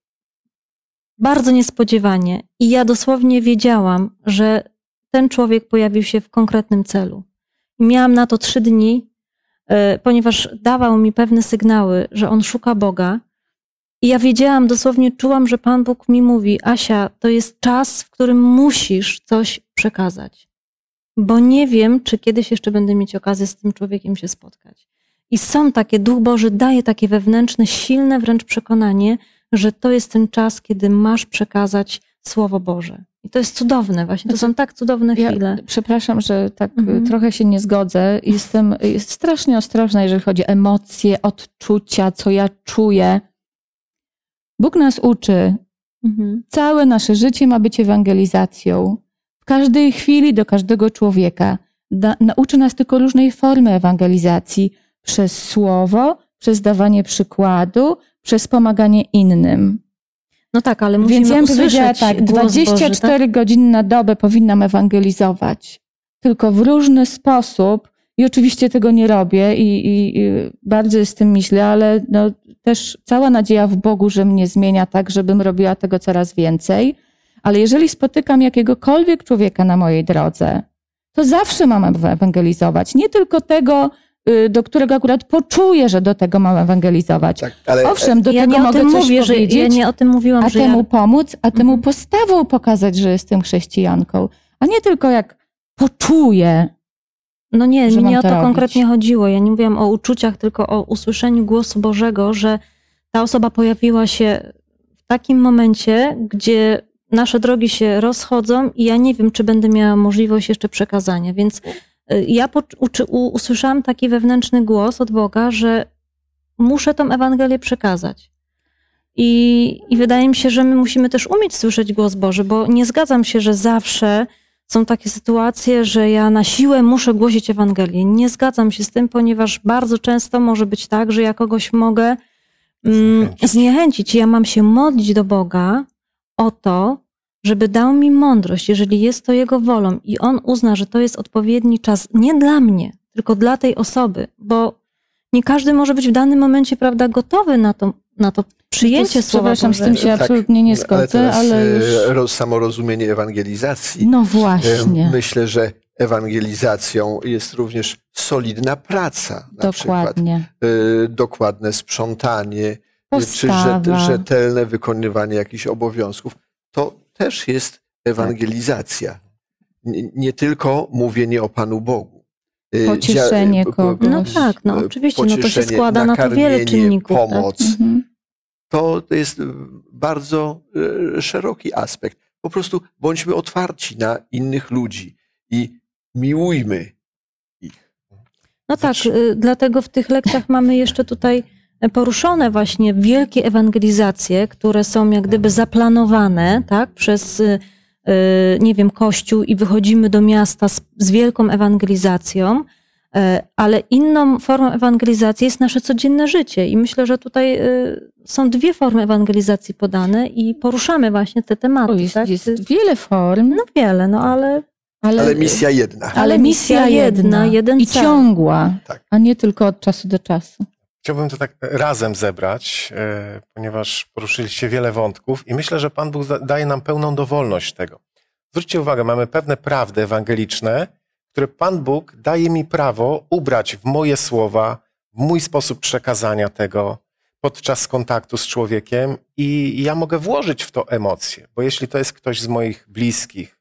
bardzo niespodziewanie i ja dosłownie wiedziałam, że ten człowiek pojawił się w konkretnym celu. I miałam na to trzy dni, y, ponieważ dawał mi pewne sygnały, że on szuka Boga. I ja wiedziałam, dosłownie czułam, że Pan Bóg mi mówi: Asia, to jest czas, w którym musisz coś przekazać. Bo nie wiem, czy kiedyś jeszcze będę mieć okazję z tym człowiekiem się spotkać. I są takie, Duch Boży daje takie wewnętrzne, silne wręcz przekonanie, że to jest ten czas, kiedy masz przekazać Słowo Boże. I to jest cudowne właśnie, to są tak cudowne Ja, chwile. przepraszam, że tak Mhm. trochę się nie zgodzę. Jestem jest strasznie ostrożna, jeżeli chodzi o emocje, odczucia, co ja czuję. Bóg nas uczy. Mhm. Całe nasze życie ma być ewangelizacją. W każdej chwili do każdego człowieka. Da, nauczy nas tylko różnej formy ewangelizacji. Przez słowo, przez dawanie przykładu, przez pomaganie innym. No tak, ale musimy Więc ja bym powiedziała usłyszeć tak, głos dwadzieścia cztery Boży, tak? godziny na dobę powinnam ewangelizować. Tylko w różny sposób. I oczywiście tego nie robię i, i, i bardzo z tym myślę, ale no, też cała nadzieja w Bogu, że mnie zmienia tak, żebym robiła tego coraz więcej. Ale jeżeli spotykam jakiegokolwiek człowieka na mojej drodze, to zawsze mam ewangelizować. Nie tylko tego, y, do którego akurat poczuję, że do tego mam ewangelizować. Tak, ale Owszem, do Ja tego nie o mogę tym coś mówię, że powiedzieć, ja nie o tym mówiłam, a że temu ja... pomóc, a temu Mhm. postawą pokazać, że jestem chrześcijanką. A nie tylko jak poczuję. No nie, że mi mam nie o to to robić. konkretnie chodziło. Ja nie mówiłam o uczuciach, tylko o usłyszeniu głosu Bożego, że ta osoba pojawiła się w takim momencie, gdzie nasze drogi się rozchodzą i ja nie wiem, czy będę miała możliwość jeszcze przekazania. Więc y, ja poczu- uczy- u- usłyszałam taki wewnętrzny głos od Boga, że muszę tą Ewangelię przekazać. I, I wydaje mi się, że my musimy też umieć słyszeć głos Boży, bo nie zgadzam się, że zawsze są takie sytuacje, że ja na siłę muszę głosić Ewangelię. Nie zgadzam się z tym, ponieważ bardzo często może być tak, że ja kogoś mogę mm, Zniechęcić. zniechęcić. Ja mam się modlić do Boga o to, żeby dał mi mądrość, jeżeli jest to Jego wolą i On uzna, że to jest odpowiedni czas nie dla mnie, tylko dla tej osoby, bo nie każdy może być w danym momencie, prawda, gotowy na to, na to przyjęcie To- Słowa przepraszam, z Bożego. tym się absolutnie nie zgodzę, ale, teraz, ale już... e, roz- samo rozumienie ewangelizacji. No E, właśnie, Myślę, że ewangelizacją jest również solidna praca. Na przykład dokładnie. e, dokładne sprzątanie, e, czy Postawa. rzet, rzetelne wykonywanie jakichś obowiązków. To też jest ewangelizacja. Nie, nie tylko mówienie o Panu Bogu. E, Pocieszenie dzia- kogoś. No tak, no e, oczywiście, no to się pocieszenie, składa na to wiele nakarmienie, czynników. Tak? Pomoc. Mhm. To jest bardzo e, szeroki aspekt. Po prostu bądźmy otwarci na innych ludzi i miłujmy ich. No tak, y, dlatego w tych lekcjach mamy jeszcze tutaj poruszone właśnie wielkie ewangelizacje, które są jak gdyby zaplanowane, tak, przez, y, y, nie wiem, Kościół i wychodzimy do miasta z, z wielką ewangelizacją, y, ale inną formą ewangelizacji jest nasze codzienne życie i myślę, że tutaj y, są dwie formy ewangelizacji podane i poruszamy właśnie te tematy. O, jest, tak? jest wiele form, No wiele, no ale... ale, Ale misja jedna. ale misja jedna jeden i cel. ciągła, Tak. a nie tylko od czasu do czasu. Chciałbym to tak razem zebrać, e, ponieważ poruszyliście wiele wątków i myślę, że Pan Bóg da- daje nam pełną dowolność tego. Zwróćcie uwagę, mamy pewne prawdy ewangeliczne, które Pan Bóg daje mi prawo ubrać w moje słowa, w mój sposób przekazania tego podczas kontaktu z człowiekiem i ja mogę włożyć w to emocje, bo jeśli to jest ktoś z moich bliskich,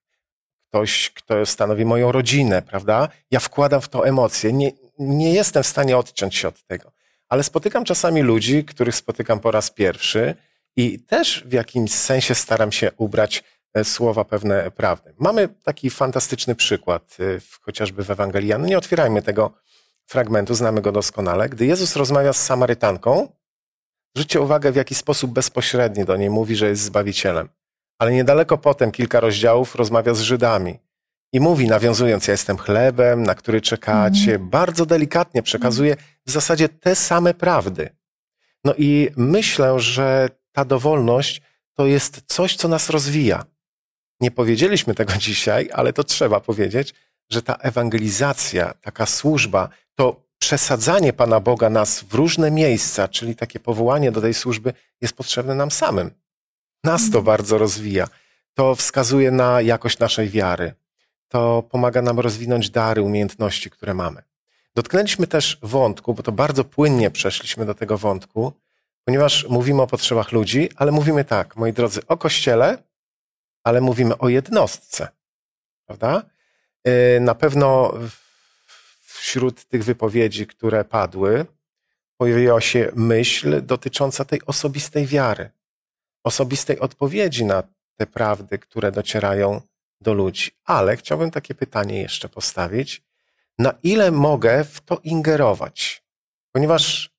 ktoś, kto stanowi moją rodzinę, prawda, ja wkładam w to emocje, nie, nie jestem w stanie odciąć się od tego. Ale spotykam czasami ludzi, których spotykam po raz pierwszy i też w jakimś sensie staram się ubrać e, słowa pewne prawdy. Mamy taki fantastyczny przykład, e, w, chociażby w Ewangelii Jana. Nie otwierajmy tego fragmentu, znamy go doskonale. Gdy Jezus rozmawia z Samarytanką, zwróćcie uwagę, w jaki sposób bezpośredni do niej mówi, że jest Zbawicielem. Ale niedaleko potem, kilka rozdziałów, rozmawia z Żydami. I mówi, nawiązując, ja jestem chlebem, na który czekacie, mm. bardzo delikatnie przekazuje w zasadzie te same prawdy. No i myślę, że ta dowolność to jest coś, co nas rozwija. Nie powiedzieliśmy tego dzisiaj, ale to trzeba powiedzieć, że ta ewangelizacja, taka służba, to przesadzanie Pana Boga nas w różne miejsca, czyli takie powołanie do tej służby jest potrzebne nam samym. Nas to mm. bardzo rozwija. To wskazuje na jakość naszej wiary. To pomaga nam rozwinąć dary, umiejętności, które mamy. Dotknęliśmy też wątku, bo to bardzo płynnie przeszliśmy do tego wątku, ponieważ mówimy o potrzebach ludzi, ale mówimy tak, moi drodzy, o Kościele, ale mówimy o jednostce, prawda? Na pewno wśród tych wypowiedzi, które padły, pojawiła się myśl dotycząca tej osobistej wiary, osobistej odpowiedzi na te prawdy, które docierają do ludzi. Ale chciałbym takie pytanie jeszcze postawić. Na ile mogę w to ingerować? Ponieważ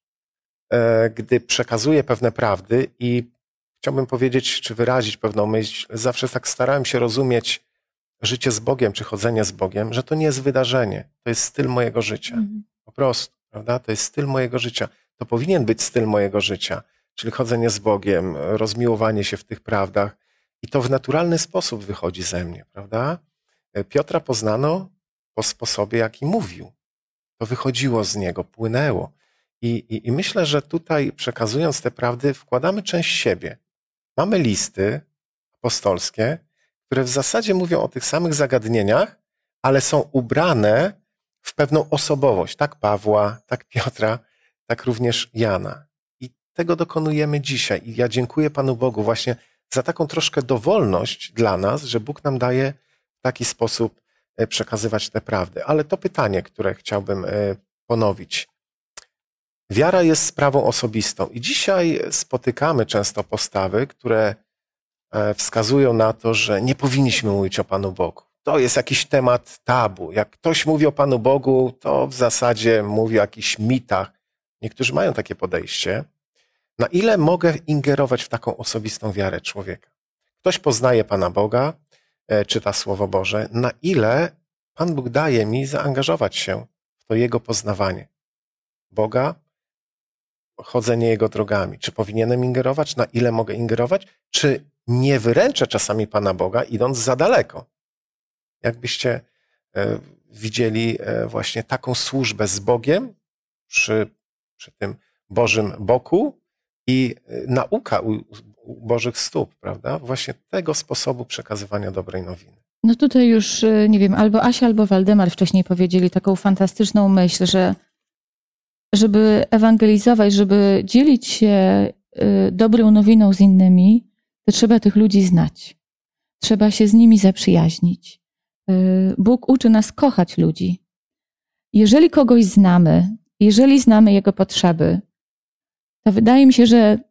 e, gdy przekazuję pewne prawdy i chciałbym powiedzieć, czy wyrazić pewną myśl, zawsze tak starałem się rozumieć życie z Bogiem, czy chodzenie z Bogiem, że to nie jest wydarzenie, to jest styl mojego życia. Mhm. Po prostu, prawda? To jest styl mojego życia. To powinien być styl mojego życia, czyli chodzenie z Bogiem, rozmiłowanie się w tych prawdach. I to w naturalny sposób wychodzi ze mnie, prawda? Piotra poznano po sposobie, jaki mówił. To wychodziło z niego, płynęło. I, i, I myślę, że tutaj przekazując te prawdy wkładamy część siebie. Mamy listy apostolskie, które w zasadzie mówią o tych samych zagadnieniach, ale są ubrane w pewną osobowość. Tak Pawła, tak Piotra, tak również Jana. I tego dokonujemy dzisiaj. I ja dziękuję Panu Bogu właśnie za taką troszkę dowolność dla nas, że Bóg nam daje w taki sposób przekazywać te prawdy. Ale to pytanie, które chciałbym ponowić. Wiara jest sprawą osobistą i dzisiaj spotykamy często postawy, które wskazują na to, że nie powinniśmy mówić o Panu Bogu. To jest jakiś temat tabu. Jak ktoś mówi o Panu Bogu, to w zasadzie mówi o jakichś mitach. Niektórzy mają takie podejście. Na ile mogę ingerować w taką osobistą wiarę człowieka? Ktoś poznaje Pana Boga, czyta Słowo Boże. Na ile Pan Bóg daje mi zaangażować się w to Jego poznawanie Boga, chodzenie Jego drogami? Czy powinienem ingerować? Na ile mogę ingerować? Czy nie wyręczę czasami Pana Boga, idąc za daleko? Jakbyście widzieli właśnie taką służbę z Bogiem przy, przy tym Bożym boku, i nauka u, u Bożych stóp, prawda? Właśnie tego sposobu przekazywania dobrej nowiny. No tutaj już, nie wiem, albo Asia, albo Waldemar wcześniej powiedzieli taką fantastyczną myśl, że żeby ewangelizować, żeby dzielić się dobrą nowiną z innymi, to trzeba tych ludzi znać. Trzeba się z nimi zaprzyjaźnić. Bóg uczy nas kochać ludzi. Jeżeli kogoś znamy, jeżeli znamy jego potrzeby, to wydaje mi się, że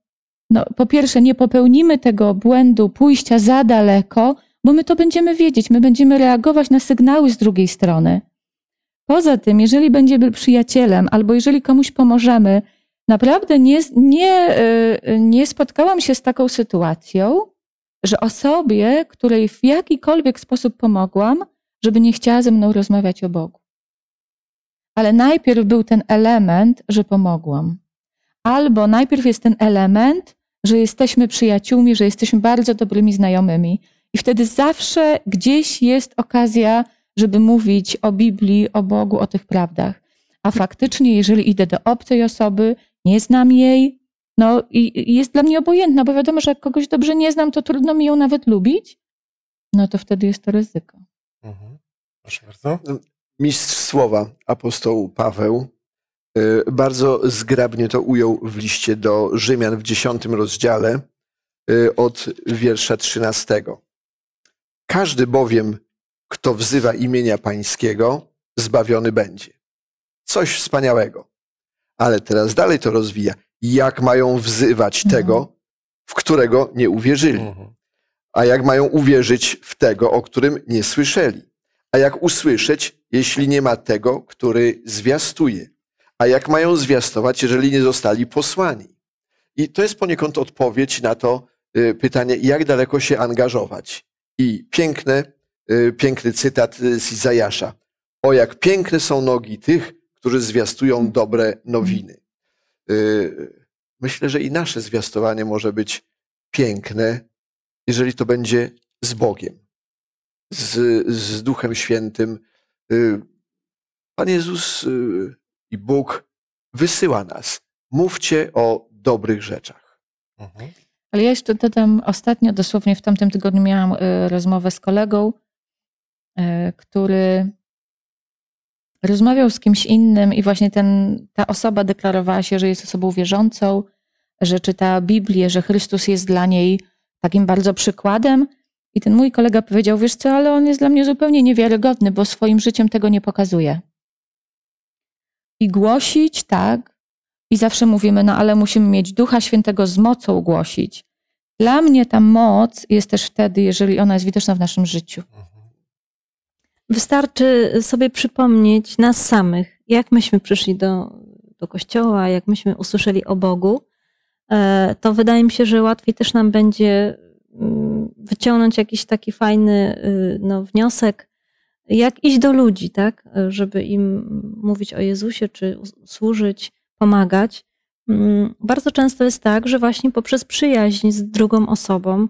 no, po pierwsze nie popełnimy tego błędu pójścia za daleko, bo my to będziemy wiedzieć, my będziemy reagować na sygnały z drugiej strony. Poza tym, jeżeli będziemy przyjacielem albo jeżeli komuś pomożemy, naprawdę nie, nie, nie spotkałam się z taką sytuacją, że osobie, której w jakikolwiek sposób pomogłam, żeby nie chciała ze mną rozmawiać o Bogu. Ale najpierw był ten element, że pomogłam. Albo najpierw jest ten element, że jesteśmy przyjaciółmi, że jesteśmy bardzo dobrymi znajomymi. I wtedy zawsze gdzieś jest okazja, żeby mówić o Biblii, o Bogu, o tych prawdach. A faktycznie, jeżeli idę do obcej osoby, nie znam jej, no i jest dla mnie obojętna, bo wiadomo, że jak kogoś dobrze nie znam, to trudno mi ją nawet lubić, no to wtedy jest to ryzyko. Mhm. Proszę bardzo. Mistrz słowa, apostoł Paweł, bardzo zgrabnie to ujął w liście do Rzymian w dziesiątym rozdziale od wiersza trzynastego. Każdy bowiem, kto wzywa imienia Pańskiego, zbawiony będzie. Coś wspaniałego. Ale teraz dalej to rozwija. Jak mają wzywać Mhm. tego, w którego nie uwierzyli? Mhm. A jak mają uwierzyć w tego, o którym nie słyszeli? A jak usłyszeć, jeśli nie ma tego, który zwiastuje? A jak mają zwiastować, jeżeli nie zostali posłani? I to jest poniekąd odpowiedź na to y, pytanie, jak daleko się angażować. I piękne, y, piękny cytat z Izajasza. O, jak piękne są nogi tych, którzy zwiastują dobre nowiny. Y, myślę, że i nasze zwiastowanie może być piękne, jeżeli to będzie z Bogiem, z, z Duchem Świętym. Y, Pan Jezus y, i Bóg wysyła nas. Mówcie o dobrych rzeczach. Mhm. Ale ja jeszcze dodam, ostatnio, dosłownie w tamtym tygodniu miałam y, rozmowę z kolegą, y, który rozmawiał z kimś innym i właśnie ten, ta osoba deklarowała się, że jest osobą wierzącą, że czyta Biblię, że Chrystus jest dla niej takim bardzo przykładem. I ten mój kolega powiedział, wiesz co, ale on jest dla mnie zupełnie niewiarygodny, bo swoim życiem tego nie pokazuje. I głosić, tak, i zawsze mówimy, no ale musimy mieć Ducha Świętego z mocą głosić. Dla mnie ta moc jest też wtedy, jeżeli ona jest widoczna w naszym życiu. Wystarczy sobie przypomnieć nas samych, jak myśmy przyszli do, do kościoła, jak myśmy usłyszeli o Bogu, to wydaje mi się, że łatwiej też nam będzie wyciągnąć jakiś taki fajny no, wniosek, jak iść do ludzi, tak, żeby im mówić o Jezusie, czy służyć, pomagać. Bardzo często jest tak, że właśnie poprzez przyjaźń z drugą osobą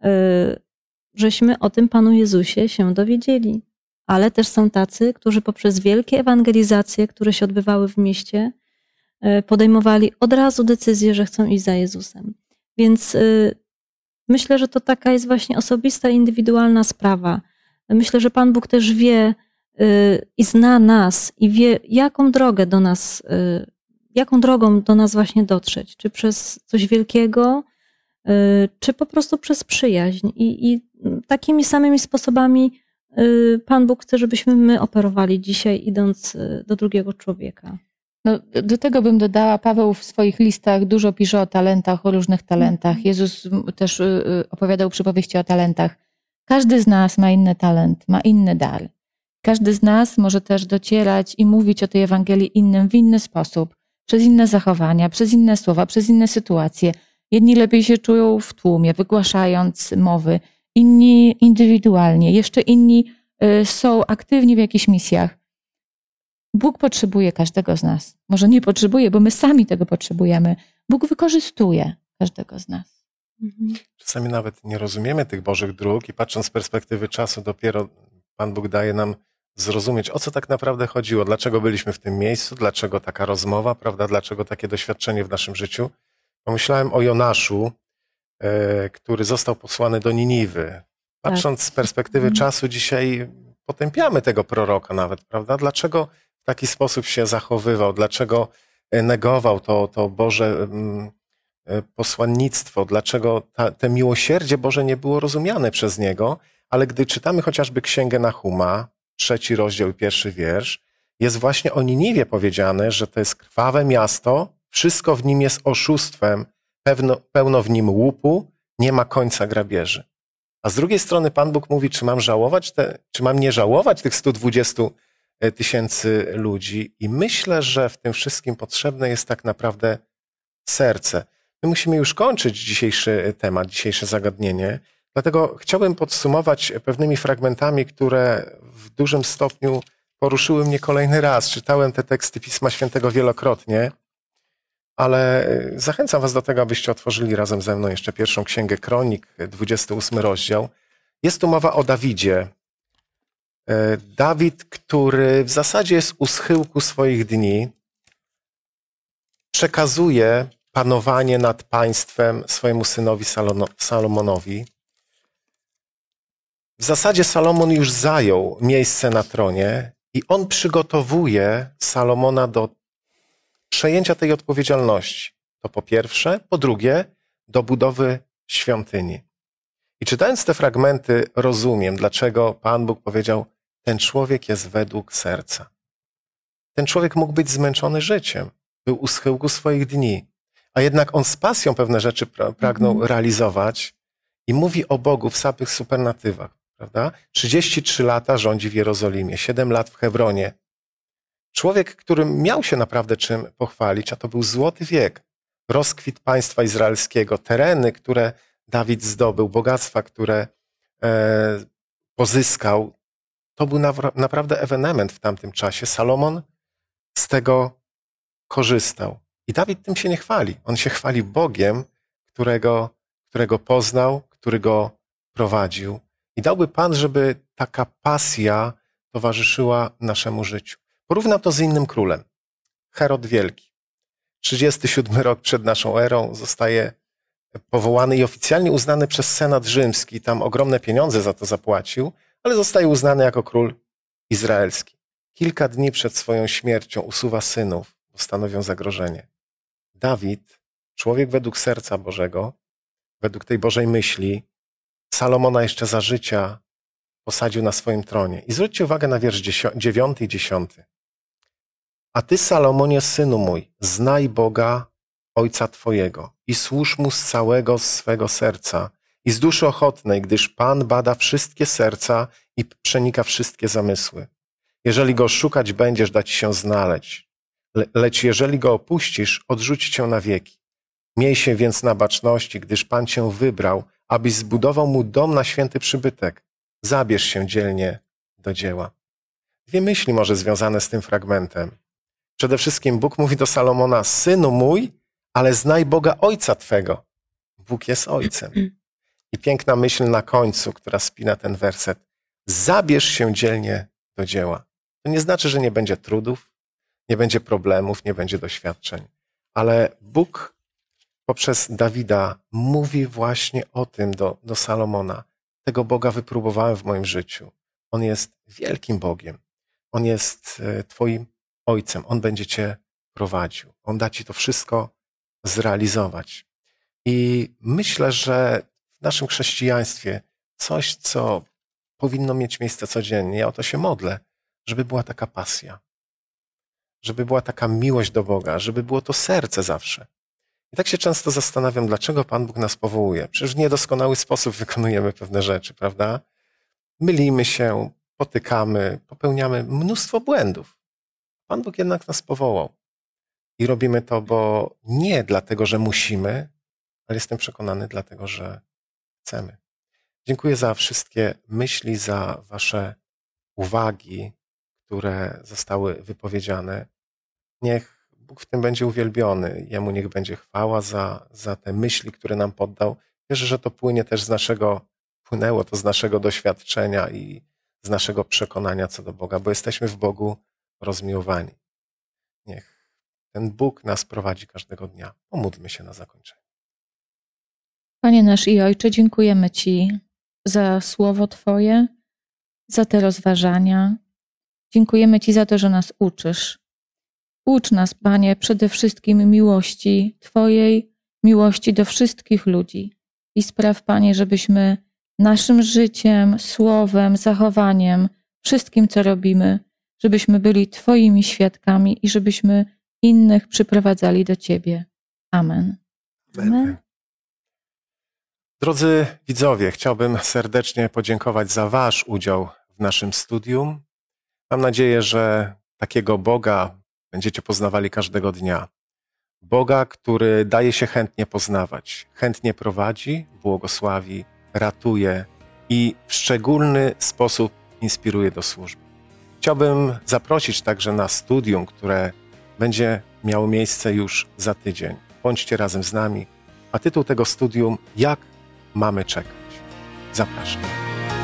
żeśmy o tym Panu Jezusie się dowiedzieli. Ale też są tacy, którzy poprzez wielkie ewangelizacje, które się odbywały w mieście, podejmowali od razu decyzję, że chcą iść za Jezusem. Więc myślę, że to taka jest właśnie osobista, indywidualna sprawa. Myślę, że Pan Bóg też wie i zna nas i wie, jaką drogę do nas, jaką drogą do nas właśnie dotrzeć. Czy przez coś wielkiego, czy po prostu przez przyjaźń. I, i takimi samymi sposobami Pan Bóg chce, żebyśmy my operowali dzisiaj, idąc do drugiego człowieka. No, do tego bym dodała, Paweł w swoich listach dużo pisze o talentach, o różnych talentach. Jezus też opowiadał przypowieści o talentach. Każdy z nas ma inny talent, ma inny dar. Każdy z nas może też docierać i mówić o tej Ewangelii innym w inny sposób, przez inne zachowania, przez inne słowa, przez inne sytuacje. Jedni lepiej się czują w tłumie, wygłaszając mowy, inni indywidualnie, jeszcze inni są aktywni w jakichś misjach. Bóg potrzebuje każdego z nas. Może nie potrzebuje, bo my sami tego potrzebujemy. Bóg wykorzystuje każdego z nas. Czasami nawet nie rozumiemy tych Bożych dróg i patrząc z perspektywy czasu dopiero Pan Bóg daje nam zrozumieć, o co tak naprawdę chodziło, dlaczego byliśmy w tym miejscu, dlaczego taka rozmowa, prawda, dlaczego takie doświadczenie w naszym życiu. Pomyślałem o Jonaszu, e, który został posłany do Niniwy. Patrząc tak. z perspektywy mhm. czasu dzisiaj potępiamy tego proroka nawet, prawda? Dlaczego w taki sposób się zachowywał, dlaczego negował to, to Boże posłannictwo, dlaczego ta, te miłosierdzie Boże nie było rozumiane przez niego, ale gdy czytamy chociażby Księgę Nahuma, trzeci rozdział i pierwszy wiersz, jest właśnie o Niniwie powiedziane, że to jest krwawe miasto, wszystko w nim jest oszustwem, pełno, pełno w nim łupu, nie ma końca grabieży. A z drugiej strony Pan Bóg mówi, czy mam żałować, te, czy mam nie żałować tych stu dwudziestu tysięcy ludzi. I myślę, że w tym wszystkim potrzebne jest tak naprawdę serce. My musimy już kończyć dzisiejszy temat, dzisiejsze zagadnienie, dlatego chciałbym podsumować pewnymi fragmentami, które w dużym stopniu poruszyły mnie kolejny raz. Czytałem te teksty Pisma Świętego wielokrotnie, ale zachęcam was do tego, abyście otworzyli razem ze mną jeszcze pierwszą Księgę Kronik, dwudziesty ósmy rozdział. Jest tu mowa o Dawidzie. Dawid, który w zasadzie jest u schyłku swoich dni, przekazuje panowanie nad państwem swojemu synowi Salomonowi. W zasadzie Salomon już zajął miejsce na tronie i on przygotowuje Salomona do przejęcia tej odpowiedzialności. To po pierwsze. Po drugie, do budowy świątyni. I czytając te fragmenty rozumiem, dlaczego Pan Bóg powiedział, ten człowiek jest według serca. Ten człowiek mógł być zmęczony życiem, był u schyłku swoich dni, a jednak on z pasją pewne rzeczy pra- pragnął mm-hmm. realizować i mówi o Bogu w samych supernatywach, prawda? trzydzieści trzy lata rządzi w Jerozolimie, siedem lat w Hebronie. Człowiek, którym miał się naprawdę czym pochwalić, a to był złoty wiek, rozkwit państwa izraelskiego, tereny, które Dawid zdobył, bogactwa, które e, pozyskał. To był na, naprawdę ewenement w tamtym czasie. Salomon z tego korzystał. I Dawid tym się nie chwali. On się chwali Bogiem, którego, którego poznał, który go prowadził. I dałby Pan, żeby taka pasja towarzyszyła naszemu życiu. Porównam to z innym królem. Herod Wielki. trzydziesty siódmy rok przed naszą erą zostaje powołany i oficjalnie uznany przez Senat Rzymski. Tam ogromne pieniądze za to zapłacił, ale zostaje uznany jako król izraelski. Kilka dni przed swoją śmiercią usuwa synów, bo stanowią zagrożenie. Dawid, człowiek według serca Bożego, według tej Bożej myśli, Salomona jeszcze za życia posadził na swoim tronie. I zwróćcie uwagę na wiersz dziewiąty i dziesiąty. A ty, Salomonie, synu mój, znaj Boga, Ojca Twojego i służ Mu z całego swego serca i z duszy ochotnej, gdyż Pan bada wszystkie serca i przenika wszystkie zamysły. Jeżeli Go szukać będziesz, da Ci się znaleźć, Le- lecz jeżeli Go opuścisz, odrzuci Cię na wieki. Miej się więc na baczności, gdyż Pan Cię wybrał, abyś zbudował Mu dom na święty przybytek. Zabierz się dzielnie do dzieła. Dwie myśli może związane z tym fragmentem. Przede wszystkim Bóg mówi do Salomona, synu mój, ale znaj Boga Ojca Twego. Bóg jest Ojcem. I piękna myśl na końcu, która spina ten werset. Zabierz się dzielnie do dzieła. To nie znaczy, że nie będzie trudów, nie będzie problemów, nie będzie doświadczeń. Ale Bóg poprzez Dawida mówi właśnie o tym do, do Salomona. Tego Boga wypróbowałem w moim życiu. On jest wielkim Bogiem. On jest Twoim Ojcem. On będzie Cię prowadził. On da Ci to wszystko zrealizować. I myślę, że w naszym chrześcijaństwie coś, co powinno mieć miejsce codziennie, ja o to się modlę, żeby była taka pasja, żeby była taka miłość do Boga, żeby było to serce zawsze. I tak się często zastanawiam, dlaczego Pan Bóg nas powołuje. Przecież w niedoskonały sposób wykonujemy pewne rzeczy, prawda? Mylimy się, potykamy, popełniamy mnóstwo błędów. Pan Bóg jednak nas powołał. I robimy to, bo nie dlatego, że musimy, ale jestem przekonany dlatego, że chcemy. Dziękuję za wszystkie myśli, za wasze uwagi, które zostały wypowiedziane. Niech Bóg w tym będzie uwielbiony. Jemu niech będzie chwała za, za te myśli, które nam poddał. Wierzę, że to płynie też z naszego, płynęło to z naszego doświadczenia i z naszego przekonania co do Boga, bo jesteśmy w Bogu rozmiłowani. Niech ten Bóg nas prowadzi każdego dnia. Pomódlmy się na zakończenie. Panie nasz i Ojcze, dziękujemy Ci za słowo Twoje, za te rozważania. Dziękujemy Ci za to, że nas uczysz. Ucz nas, Panie, przede wszystkim miłości Twojej, miłości do wszystkich ludzi. I spraw, Panie, żebyśmy naszym życiem, słowem, zachowaniem, wszystkim, co robimy, żebyśmy byli Twoimi świadkami i żebyśmy innych przyprowadzali do Ciebie. Amen. Amen. Drodzy widzowie, chciałbym serdecznie podziękować za Wasz udział w naszym studium. Mam nadzieję, że takiego Boga będziecie poznawali każdego dnia. Boga, który daje się chętnie poznawać, chętnie prowadzi, błogosławi, ratuje i w szczególny sposób inspiruje do służby. Chciałbym zaprosić także na studium, które będzie miało miejsce już za tydzień. Bądźcie razem z nami. A tytuł tego studium: Jak mamy czekać? Zapraszam.